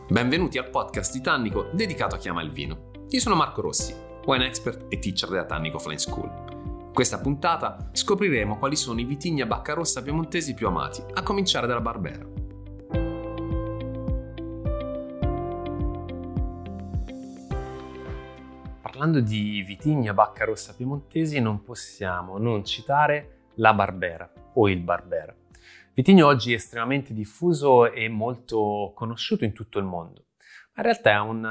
Benvenuti al podcast di Tannico dedicato a chi ama il vino. Io sono Marco Rossi, wine expert e teacher della Tannico Flying School. In questa puntata scopriremo quali sono i vitigni a bacca rossa piemontesi più amati, a cominciare dalla Barbera. Parlando di vitigni a bacca rossa piemontesi non possiamo non citare la Barbera o il Barbera. Vitigno oggi estremamente diffuso e molto conosciuto in tutto il mondo. Ma in realtà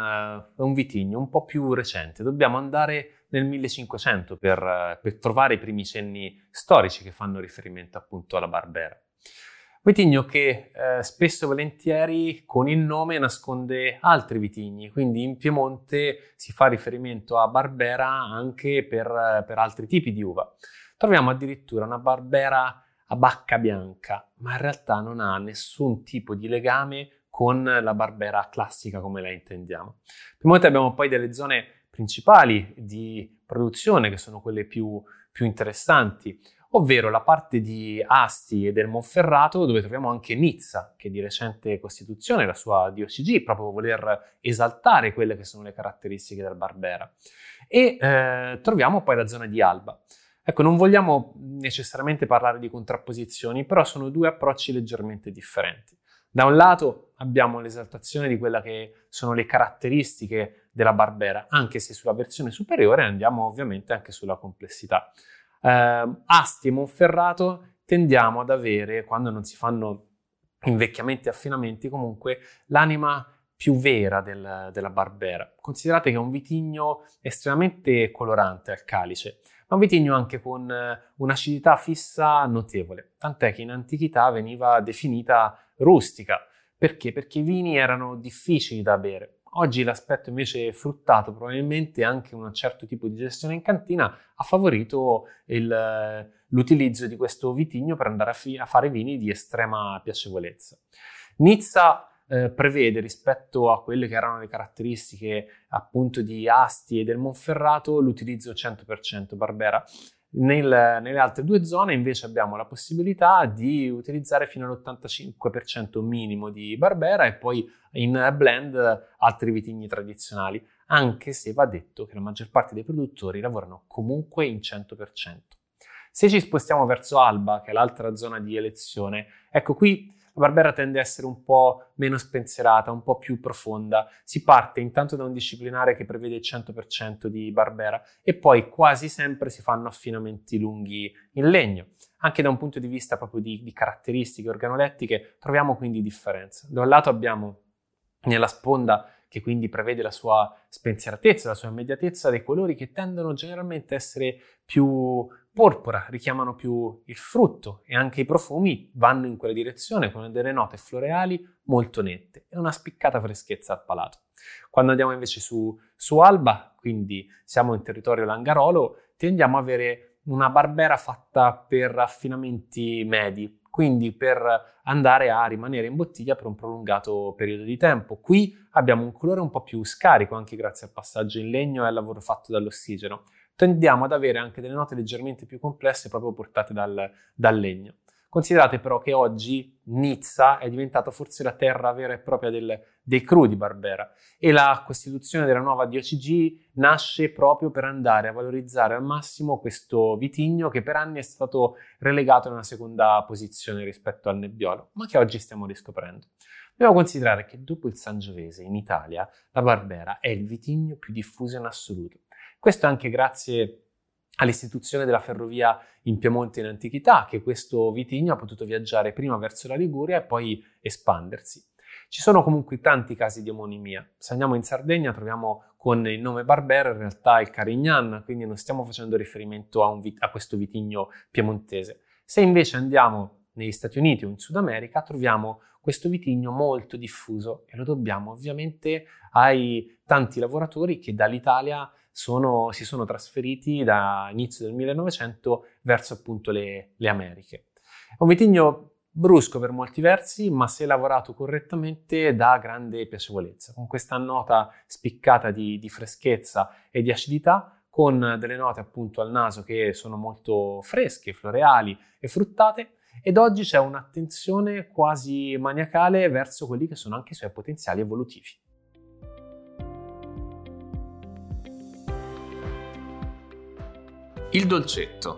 è un vitigno un po' più recente. Dobbiamo andare nel 1500 per trovare i primi cenni storici che fanno riferimento appunto alla Barbera. Vitigno che spesso e volentieri con il nome nasconde altri vitigni, quindi in Piemonte si fa riferimento a Barbera anche per altri tipi di uva. Troviamo addirittura una Barbera a bacca bianca, ma in realtà non ha nessun tipo di legame con la Barbera classica come la intendiamo. In Piemonte abbiamo poi delle zone principali di produzione che sono quelle più interessanti, ovvero la parte di Asti e del Monferrato, dove troviamo anche Nizza, che è di recente costituzione, la sua DOCG, proprio voler esaltare quelle che sono le caratteristiche del Barbera. E troviamo poi la zona di Alba. Ecco, non vogliamo necessariamente parlare di contrapposizioni, però sono due approcci leggermente differenti. Da un lato abbiamo l'esaltazione di quelle che sono le caratteristiche della Barbera, anche se sulla versione superiore andiamo ovviamente anche sulla complessità. Asti e Monferrato tendiamo ad avere, quando non si fanno invecchiamenti e affinamenti, comunque l'anima più vera della Barbera. Considerate che è un vitigno estremamente colorante al calice, ma un vitigno anche con un'acidità fissa notevole, tant'è che in antichità veniva definita rustica. Perché? Perché i vini erano difficili da bere. Oggi l'aspetto invece fruttato, probabilmente anche un certo tipo di gestione in cantina, ha favorito l'utilizzo di questo vitigno per andare a fare vini di estrema piacevolezza. Nizza prevede, rispetto a quelle che erano le caratteristiche appunto di Asti e del Monferrato, l'utilizzo 100% Barbera. Nelle altre due zone invece abbiamo la possibilità di utilizzare fino all'85% minimo di Barbera e poi in blend altri vitigni tradizionali, anche se va detto che la maggior parte dei produttori lavorano comunque in 100%. Se ci spostiamo verso Alba, che è l'altra zona di elezione, ecco qui la Barbera tende a essere un po' meno spensierata, un po' più profonda. Si parte intanto da un disciplinare che prevede il 100% di Barbera e poi quasi sempre si fanno affinamenti lunghi in legno. Anche da un punto di vista proprio di caratteristiche organolettiche troviamo quindi differenza. Da un lato abbiamo nella sponda, che quindi prevede la sua spensieratezza, la sua immediatezza, dei colori che tendono generalmente a essere più porpora, richiamano più il frutto e anche i profumi vanno in quella direzione con delle note floreali molto nette e una spiccata freschezza al palato. Quando andiamo invece su Alba, quindi siamo in territorio Langarolo, tendiamo ad avere una Barbera fatta per affinamenti medi, quindi per andare a rimanere in bottiglia per un prolungato periodo di tempo. Qui abbiamo un colore un po' più scarico, anche grazie al passaggio in legno e al lavoro fatto dall'ossigeno. Tendiamo ad avere anche delle note leggermente più complesse proprio portate dal legno. Considerate però che oggi Nizza è diventata forse la terra vera e propria dei crudi Barbera e la costituzione della nuova DOCG nasce proprio per andare a valorizzare al massimo questo vitigno che per anni è stato relegato in una seconda posizione rispetto al Nebbiolo, ma che oggi stiamo riscoprendo. Dobbiamo considerare che dopo il Sangiovese in Italia la Barbera è il vitigno più diffuso in assoluto. Questo anche grazie all'istituzione della ferrovia in Piemonte in antichità, che questo vitigno ha potuto viaggiare prima verso la Liguria e poi espandersi. Ci sono comunque tanti casi di omonimia. Se andiamo in Sardegna troviamo con il nome Barbera in realtà il Carignan, quindi non stiamo facendo riferimento a questo vitigno piemontese. Se invece andiamo negli Stati Uniti o in Sud America troviamo questo vitigno molto diffuso e lo dobbiamo ovviamente ai tanti lavoratori che dall'Italia si sono trasferiti da inizio del 1900 verso appunto le Americhe. È un vitigno brusco per molti versi, ma se lavorato correttamente dà grande piacevolezza, con questa nota spiccata di freschezza e di acidità, con delle note appunto al naso che sono molto fresche, floreali e fruttate, ed oggi c'è un'attenzione quasi maniacale verso quelli che sono anche i suoi potenziali evolutivi. Il dolcetto.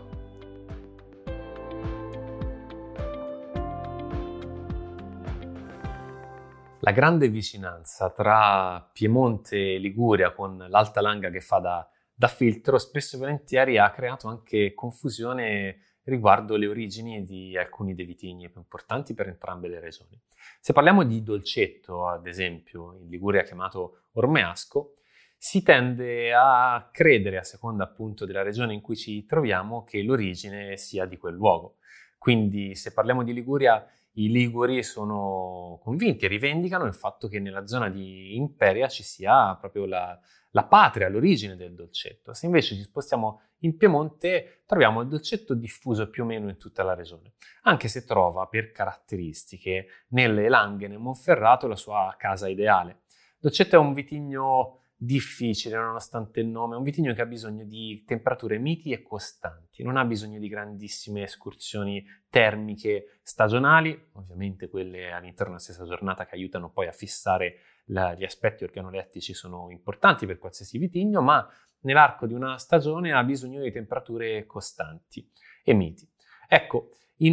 La grande vicinanza tra Piemonte e Liguria con l'Alta Langa che fa da filtro spesso e volentieri ha creato anche confusione riguardo le origini di alcuni dei vitigni più importanti per entrambe le regioni. Se parliamo di dolcetto, ad esempio, in Liguria chiamato Ormeasco, si tende a credere, a seconda appunto della regione in cui ci troviamo, che l'origine sia di quel luogo. Quindi se parliamo di Liguria, i liguri sono convinti e rivendicano il fatto che nella zona di Imperia ci sia proprio la patria, l'origine del dolcetto. Se invece ci spostiamo in Piemonte, troviamo il dolcetto diffuso più o meno in tutta la regione, anche se trova per caratteristiche nelle Langhe e nel Monferrato la sua casa ideale. Il dolcetto è un vitigno difficile nonostante il nome, è un vitigno che ha bisogno di temperature miti e costanti, non ha bisogno di grandissime escursioni termiche stagionali, ovviamente quelle all'interno della stessa giornata che aiutano poi a fissare gli aspetti organolettici sono importanti per qualsiasi vitigno, ma nell'arco di una stagione ha bisogno di temperature costanti e miti. Ecco,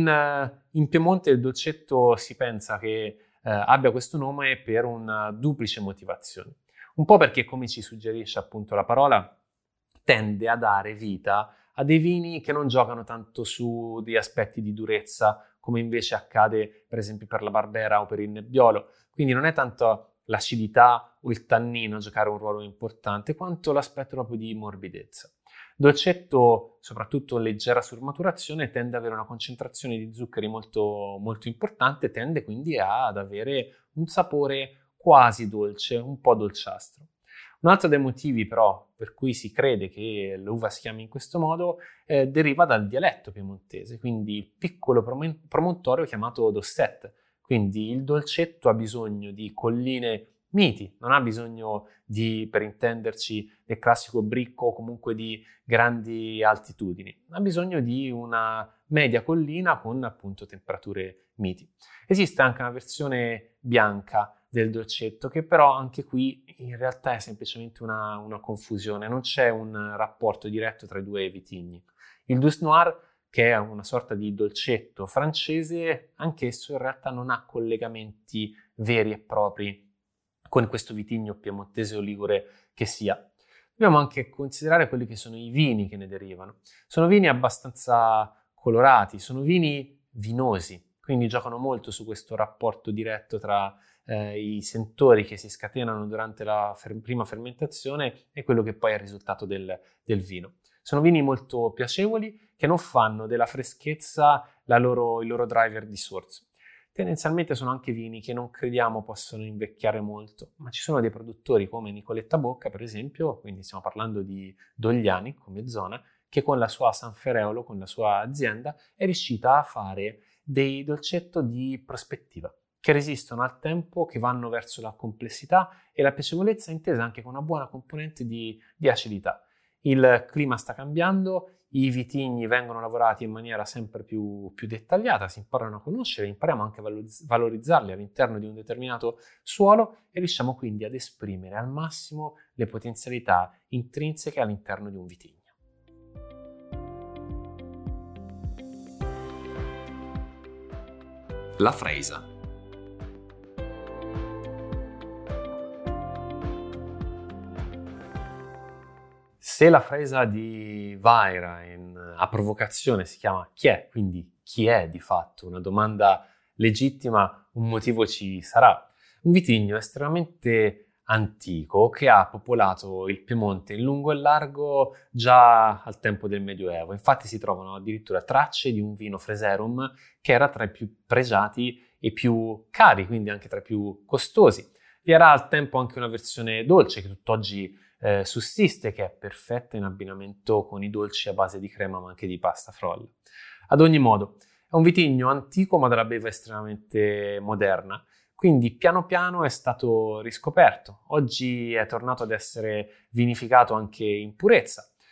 in Piemonte il dolcetto si pensa che abbia questo nome per una duplice motivazione. Un po' perché, come ci suggerisce appunto la parola, tende a dare vita a dei vini che non giocano tanto su degli aspetti di durezza, come invece accade per esempio per la Barbera o per il Nebbiolo. Quindi non è tanto l'acidità o il tannino a giocare un ruolo importante, quanto l'aspetto proprio di morbidezza. Dolcetto, soprattutto leggera surmaturazione, tende ad avere una concentrazione di zuccheri molto, molto importante, tende quindi ad avere un sapore quasi dolce, un po' dolciastro. Un altro dei motivi però per cui si crede che l'uva si chiami in questo modo deriva dal dialetto piemontese, quindi il piccolo promontorio chiamato Dosset. Quindi il dolcetto ha bisogno di colline miti, non ha bisogno di, per intenderci, del classico bricco o comunque di grandi altitudini, ha bisogno di una media collina con appunto temperature miti. Esiste anche una versione bianca del dolcetto che però anche qui in realtà è semplicemente una confusione, non c'è un rapporto diretto tra i due vitigni. Il Douce Noir, che è una sorta di dolcetto francese, anch'esso in realtà non ha collegamenti veri e propri con questo vitigno piemontese o ligure che sia. Dobbiamo anche considerare quelli che sono i vini che ne derivano. Sono vini abbastanza colorati, sono vini vinosi, quindi giocano molto su questo rapporto diretto tra i sentori che si scatenano durante la prima fermentazione e quello che poi è il risultato del vino. Sono vini molto piacevoli che non fanno della freschezza il loro driver di source. Tendenzialmente sono anche vini che non crediamo possano invecchiare molto, ma ci sono dei produttori come Nicoletta Bocca, per esempio, quindi stiamo parlando di Dogliani come zona, che con la sua Sanfereolo, con la sua azienda, è riuscita a fare dei dolcetto di prospettiva, che resistono al tempo, che vanno verso la complessità e la piacevolezza intesa anche con una buona componente di acidità. Il clima sta cambiando, i vitigni vengono lavorati in maniera sempre più dettagliata, si imparano a conoscere, impariamo anche a valorizzarli all'interno di un determinato suolo e riusciamo quindi ad esprimere al massimo le potenzialità intrinseche all'interno di un vitigno. La freisa. Se la fresa di Vaira a provocazione si chiama chi è, quindi chi è di fatto, una domanda legittima, un motivo ci sarà. Un vitigno estremamente antico che ha popolato il Piemonte in lungo e largo già al tempo del Medioevo. Infatti si trovano addirittura tracce di un vino Freserum che era tra i più pregiati e più cari, quindi anche tra i più costosi. Vi era al tempo anche una versione dolce che tutt'oggi sussiste, che è perfetta in abbinamento con i dolci a base di crema ma anche di pasta frolla. Ad ogni modo, è un vitigno antico ma dalla beva estremamente moderna, quindi piano piano è stato riscoperto. Oggi è tornato ad essere vinificato anche in purezza,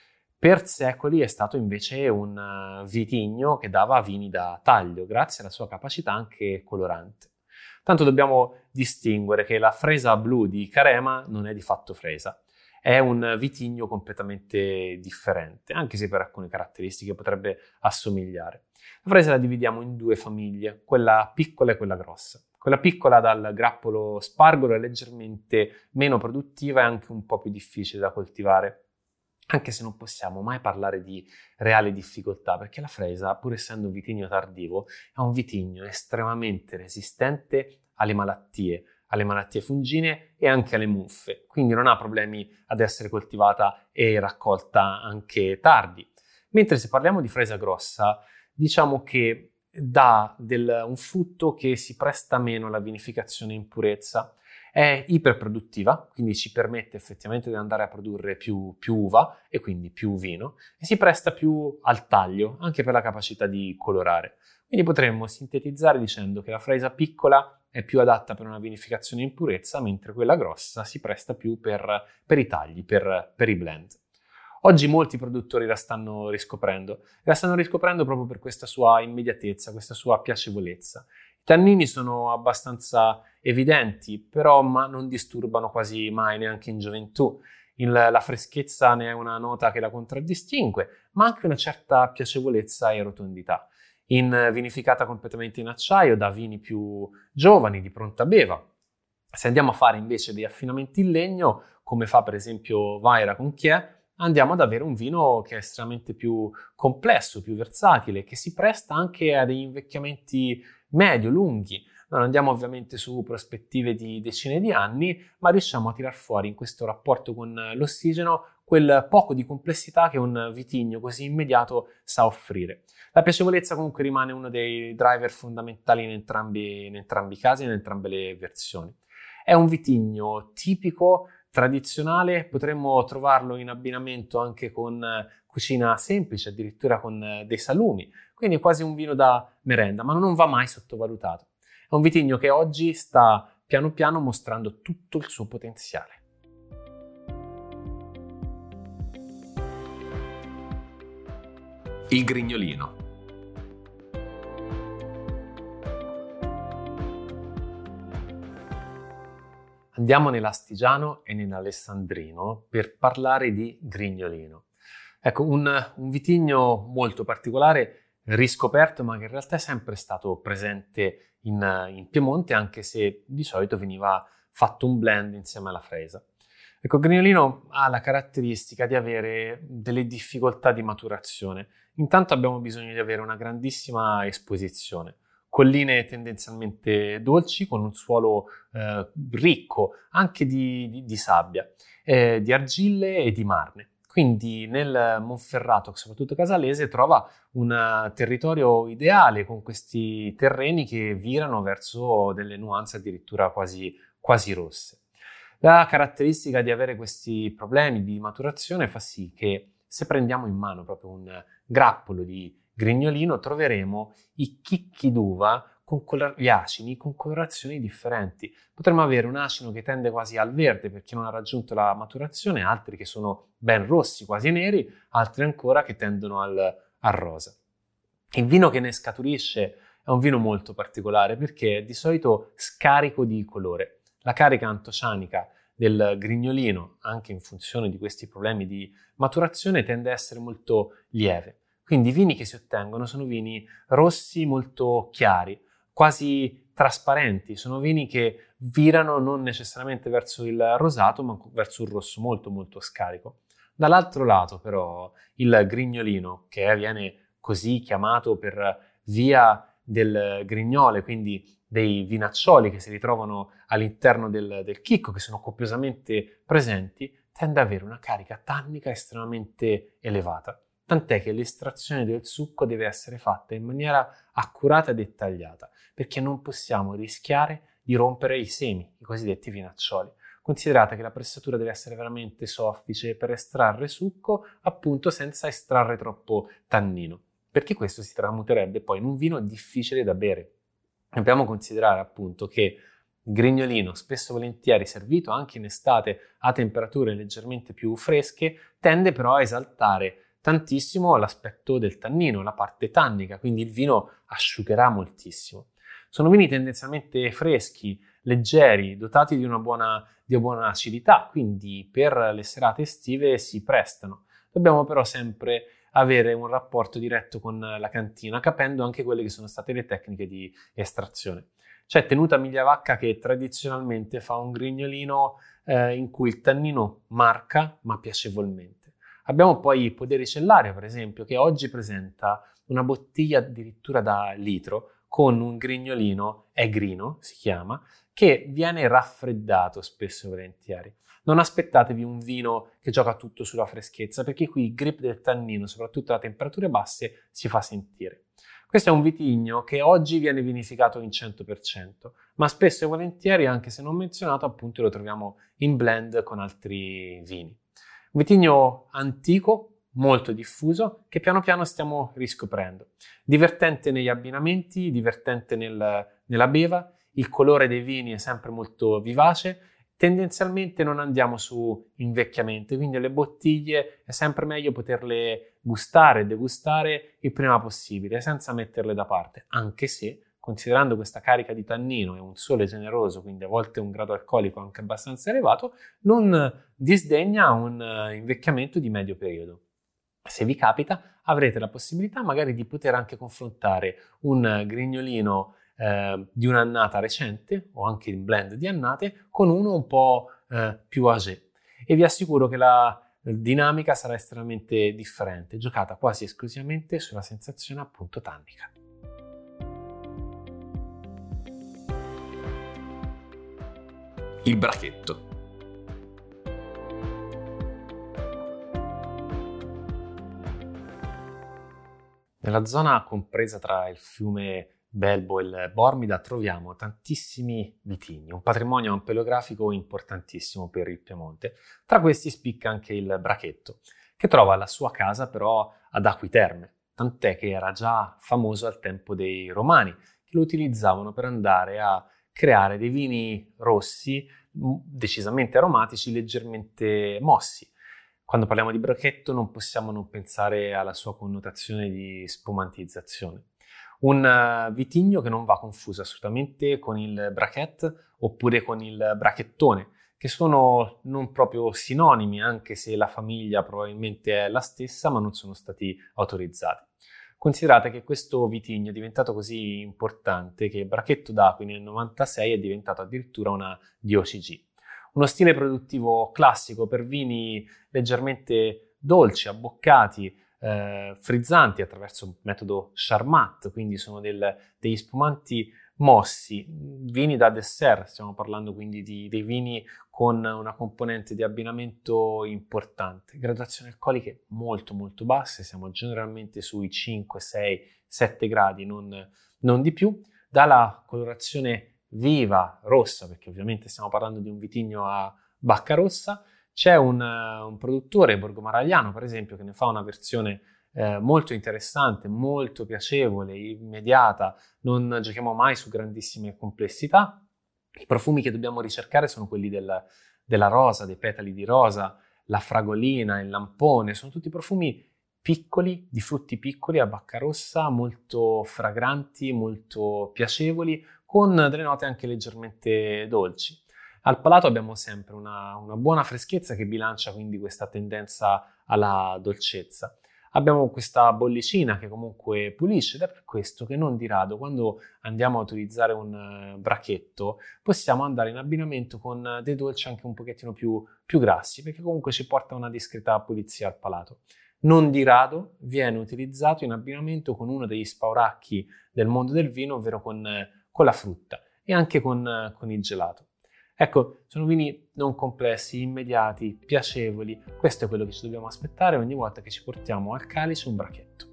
per secoli è stato invece un vitigno che dava vini da taglio, grazie alla sua capacità anche colorante. Tanto dobbiamo distinguere che la fresa blu di Carema non è di fatto fresa, è un vitigno completamente differente, anche se per alcune caratteristiche potrebbe assomigliare. La fresa la dividiamo in due famiglie, quella piccola e quella grossa. Quella piccola dal grappolo spargolo è leggermente meno produttiva e anche un po' più difficile da coltivare, anche se non possiamo mai parlare di reali difficoltà, perché la fresa, pur essendo un vitigno tardivo, è un vitigno estremamente resistente alle malattie fungine e anche alle muffe, quindi non ha problemi ad essere coltivata e raccolta anche tardi. Mentre se parliamo di fresa grossa, diciamo che dà un frutto che si presta meno alla vinificazione in purezza, è iperproduttiva, quindi ci permette effettivamente di andare a produrre più uva e quindi più vino, e si presta più al taglio, anche per la capacità di colorare. Quindi potremmo sintetizzare dicendo che la fresa piccola è più adatta per una vinificazione in purezza, mentre quella grossa si presta più per i tagli, per i blend. Oggi molti produttori la stanno riscoprendo proprio per questa sua immediatezza, questa sua piacevolezza. I tannini sono abbastanza evidenti, però non disturbano quasi mai, neanche in gioventù. La freschezza ne è una nota che la contraddistingue, ma anche una certa piacevolezza e rotondità. Vinificata completamente in acciaio, da vini più giovani, di pronta beva. Se andiamo a fare invece dei affinamenti in legno, come fa per esempio Vaira con Chiè, andiamo ad avere un vino che è estremamente più complesso, più versatile, che si presta anche a degli invecchiamenti medio-lunghi. Non andiamo ovviamente su prospettive di decine di anni, ma riusciamo a tirar fuori in questo rapporto con l'ossigeno quel poco di complessità che un vitigno così immediato sa offrire. La piacevolezza comunque rimane uno dei driver fondamentali in entrambi i casi, in entrambe le versioni. È un vitigno tipico, tradizionale, potremmo trovarlo in abbinamento anche con cucina semplice, addirittura con dei salumi, quindi quasi un vino da merenda, ma non va mai sottovalutato. È un vitigno che oggi sta piano piano mostrando tutto il suo potenziale. Il Grignolino. Andiamo nell'Astigiano e nell'Alessandrino per parlare di Grignolino. Ecco, un vitigno molto particolare, riscoperto, ma che in realtà è sempre stato presente in Piemonte, anche se di solito veniva fatto un blend insieme alla fresa. Ecco, il Grignolino ha la caratteristica di avere delle difficoltà di maturazione. Intanto abbiamo bisogno di avere una grandissima esposizione. Colline tendenzialmente dolci, con un suolo ricco anche di sabbia, di argille e di marne. Quindi nel Monferrato, soprattutto casalese, trova un territorio ideale con questi terreni che virano verso delle nuanze addirittura quasi rosse. La caratteristica di avere questi problemi di maturazione fa sì che se prendiamo in mano proprio un grappolo di Grignolino troveremo i chicchi d'uva con gli acini con colorazioni differenti. Potremmo avere un acino che tende quasi al verde perché non ha raggiunto la maturazione, altri che sono ben rossi, quasi neri, altri ancora che tendono al rosa. Il vino che ne scaturisce è un vino molto particolare perché è di solito scarico di colore. La carica antocianica del Grignolino, anche in funzione di questi problemi di maturazione, tende a essere molto lieve. Quindi i vini che si ottengono sono vini rossi molto chiari, quasi trasparenti, sono vini che virano non necessariamente verso il rosato, ma verso un rosso molto molto scarico. Dall'altro lato però il Grignolino, che viene così chiamato per via del Grignole, quindi dei vinaccioli che si ritrovano all'interno del chicco, che sono copiosamente presenti, tende ad avere una carica tannica estremamente elevata. Tant'è che l'estrazione del succo deve essere fatta in maniera accurata e dettagliata, perché non possiamo rischiare di rompere i semi, i cosiddetti vinaccioli. Considerate che la pressatura deve essere veramente soffice per estrarre succo, appunto senza estrarre troppo tannino, perché questo si tramuterebbe poi in un vino difficile da bere. Dobbiamo considerare appunto che il Grignolino, spesso volentieri servito anche in estate a temperature leggermente più fresche, tende però a esaltare tantissimo l'aspetto del tannino, la parte tannica, quindi il vino asciugherà moltissimo. Sono vini tendenzialmente freschi, leggeri, dotati di una buona acidità, quindi per le serate estive si prestano. Dobbiamo però sempre avere un rapporto diretto con la cantina, capendo anche quelle che sono state le tecniche di estrazione. C'è tenuta miglia vacca che tradizionalmente fa un grignolino in cui il tannino marca ma piacevolmente. Abbiamo poi Poderi Cellario, per esempio, che oggi presenta una bottiglia addirittura da litro con un grignolino, Egrino si chiama, che viene raffreddato spesso e volentieri. Non aspettatevi un vino che gioca tutto sulla freschezza, perché qui il grip del tannino, soprattutto a temperature basse, si fa sentire. Questo è un vitigno che oggi viene vinificato in 100%, ma spesso e volentieri, anche se non menzionato, appunto lo troviamo in blend con altri vini. Un vitigno antico, molto diffuso, che piano piano stiamo riscoprendo. Divertente negli abbinamenti, divertente nella beva, il colore dei vini è sempre molto vivace. Tendenzialmente non andiamo su invecchiamento, quindi le bottiglie è sempre meglio poterle gustare e degustare il prima possibile, senza metterle da parte, anche se, considerando questa carica di tannino e un sole generoso, quindi a volte un grado alcolico anche abbastanza elevato, non disdegna un invecchiamento di medio periodo. Se vi capita, avrete la possibilità magari di poter anche confrontare un grignolino di un'annata recente o anche il blend di annate con uno un po' più âgé, e vi assicuro che la dinamica sarà estremamente differente, giocata quasi esclusivamente sulla sensazione appunto tannica. Il brachetto. Nella zona compresa tra il fiume Belbo e il Bormida troviamo tantissimi vitigni, un patrimonio ampelografico importantissimo per il Piemonte. Tra questi spicca anche il Brachetto, che trova la sua casa però ad Acqui Terme, tant'è che era già famoso al tempo dei Romani, che lo utilizzavano per andare a creare dei vini rossi decisamente aromatici, leggermente mossi. Quando parliamo di Brachetto non possiamo non pensare alla sua connotazione di spumantizzazione. Un vitigno che non va confuso assolutamente con il Brachet oppure con il Brachettone, che sono non proprio sinonimi, anche se la famiglia probabilmente è la stessa, ma non sono stati autorizzati. Considerate che questo vitigno è diventato così importante che Brachetto d'Acqui nel 96 è diventato addirittura una DOCG. Uno stile produttivo classico per vini leggermente dolci, abboccati, frizzanti attraverso un metodo Charmat, quindi sono degli spumanti mossi, vini da dessert, stiamo parlando quindi dei vini con una componente di abbinamento importante, gradazioni alcoliche molto molto basse, siamo generalmente sui 5, 6, 7 gradi, non di più, dalla colorazione viva, rossa, perché ovviamente stiamo parlando di un vitigno a bacca rossa. C'è un produttore, Borgo Maragliano per esempio, che ne fa una versione molto interessante, molto piacevole, immediata, non giochiamo mai su grandissime complessità. I profumi che dobbiamo ricercare sono quelli della rosa, dei petali di rosa, la fragolina, il lampone, sono tutti profumi piccoli, di frutti piccoli a bacca rossa, molto fragranti, molto piacevoli, con delle note anche leggermente dolci. Al palato abbiamo sempre una buona freschezza che bilancia quindi questa tendenza alla dolcezza. Abbiamo questa bollicina che comunque pulisce, ed è per questo che non di rado quando andiamo a utilizzare un brachetto possiamo andare in abbinamento con dei dolci anche un pochettino più grassi, perché comunque ci porta una discreta pulizia al palato. Non di rado viene utilizzato in abbinamento con uno degli spauracchi del mondo del vino, ovvero con la frutta e anche con il gelato. Ecco, sono vini non complessi, immediati, piacevoli. Questo è quello che ci dobbiamo aspettare ogni volta che ci portiamo al calice un brachetto.